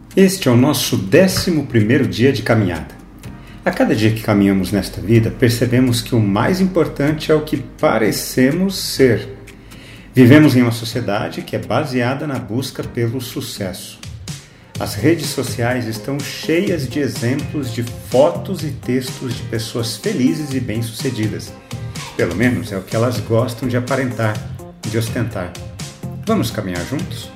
Este é o nosso 11º dia de caminhada. A cada dia que caminhamos nesta vida, percebemos que o mais importante é o que parecemos ser. Vivemos em uma sociedade que é baseada na busca pelo sucesso. As redes sociais estão cheias de exemplos de fotos e textos de pessoas felizes e bem-sucedidas. Pelo menos é o que elas gostam de aparentar, de ostentar. Vamos caminhar juntos?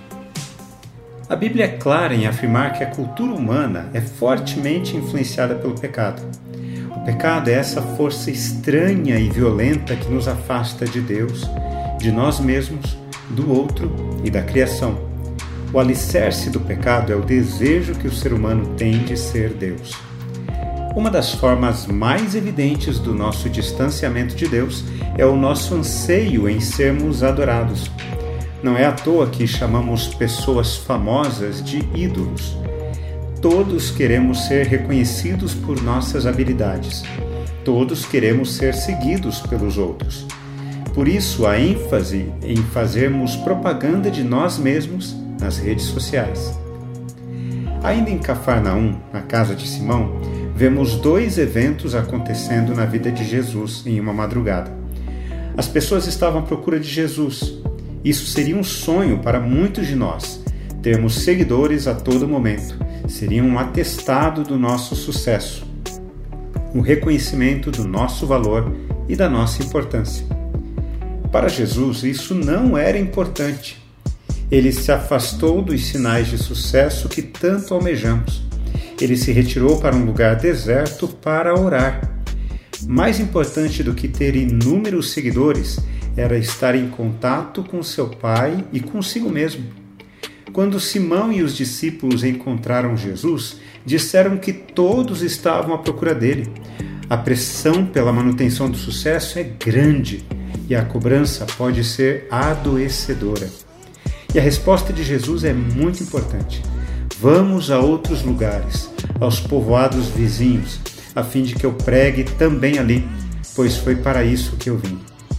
A Bíblia é clara em afirmar que a cultura humana é fortemente influenciada pelo pecado. O pecado é essa força estranha e violenta que nos afasta de Deus, de nós mesmos, do outro e da criação. O alicerce do pecado é o desejo que o ser humano tem de ser Deus. Uma das formas mais evidentes do nosso distanciamento de Deus é o nosso anseio em sermos adorados. Não é à toa que chamamos pessoas famosas de ídolos. Todos queremos ser reconhecidos por nossas habilidades. Todos queremos ser seguidos pelos outros. Por isso, a ênfase em fazermos propaganda de nós mesmos nas redes sociais. Ainda em Cafarnaum, na casa de Simão, vemos 2 eventos acontecendo na vida de Jesus em uma madrugada. As pessoas estavam à procura de Jesus. Isso seria um sonho para muitos de nós. Termos seguidores a todo momento. Seria um atestado do nosso sucesso. Um reconhecimento do nosso valor e da nossa importância. Para Jesus, isso não era importante. Ele se afastou dos sinais de sucesso que tanto almejamos. Ele se retirou para um lugar deserto para orar. Mais importante do que ter inúmeros seguidores era estar em contato com seu Pai e consigo mesmo. Quando Simão e os discípulos encontraram Jesus, disseram que todos estavam à procura dele. A pressão pela manutenção do sucesso é grande e a cobrança pode ser adoecedora. E a resposta de Jesus é muito importante. Vamos a outros lugares, aos povoados vizinhos, a fim de que eu pregue também ali, pois foi para isso que eu vim.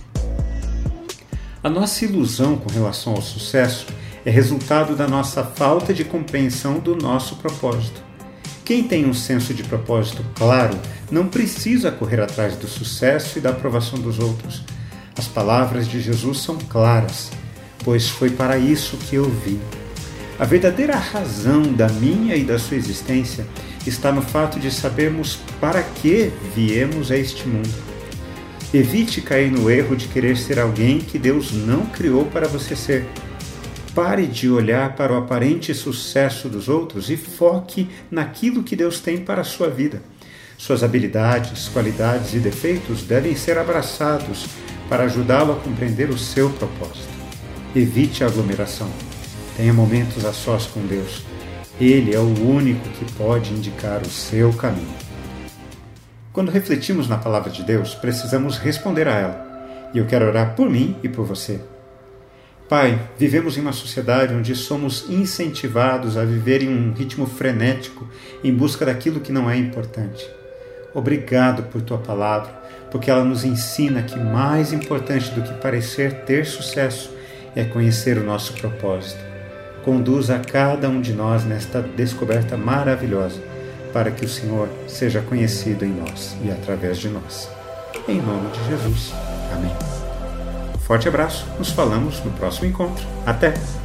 A nossa ilusão com relação ao sucesso é resultado da nossa falta de compreensão do nosso propósito. Quem tem um senso de propósito claro não precisa correr atrás do sucesso e da aprovação dos outros. As palavras de Jesus são claras, pois foi para isso que eu vim. A verdadeira razão da minha e da sua existência está no fato de sabermos para que viemos a este mundo. Evite cair no erro de querer ser alguém que Deus não criou para você ser. Pare de olhar para o aparente sucesso dos outros e foque naquilo que Deus tem para a sua vida. Suas habilidades, qualidades e defeitos devem ser abraçados para ajudá-lo a compreender o seu propósito. Evite a aglomeração. Tenha momentos a sós com Deus. Ele é o único que pode indicar o seu caminho. Quando refletimos na palavra de Deus, precisamos responder a ela. E eu quero orar por mim e por você. Pai, vivemos em uma sociedade onde somos incentivados a viver em um ritmo frenético em busca daquilo que não é importante. Obrigado por tua palavra, porque ela nos ensina que mais importante do que parecer ter sucesso é conhecer o nosso propósito. Conduza a cada um de nós nesta descoberta maravilhosa, para que o Senhor seja conhecido em nós e através de nós. Em nome de Jesus. Amém. Forte abraço, nos falamos no próximo encontro. Até!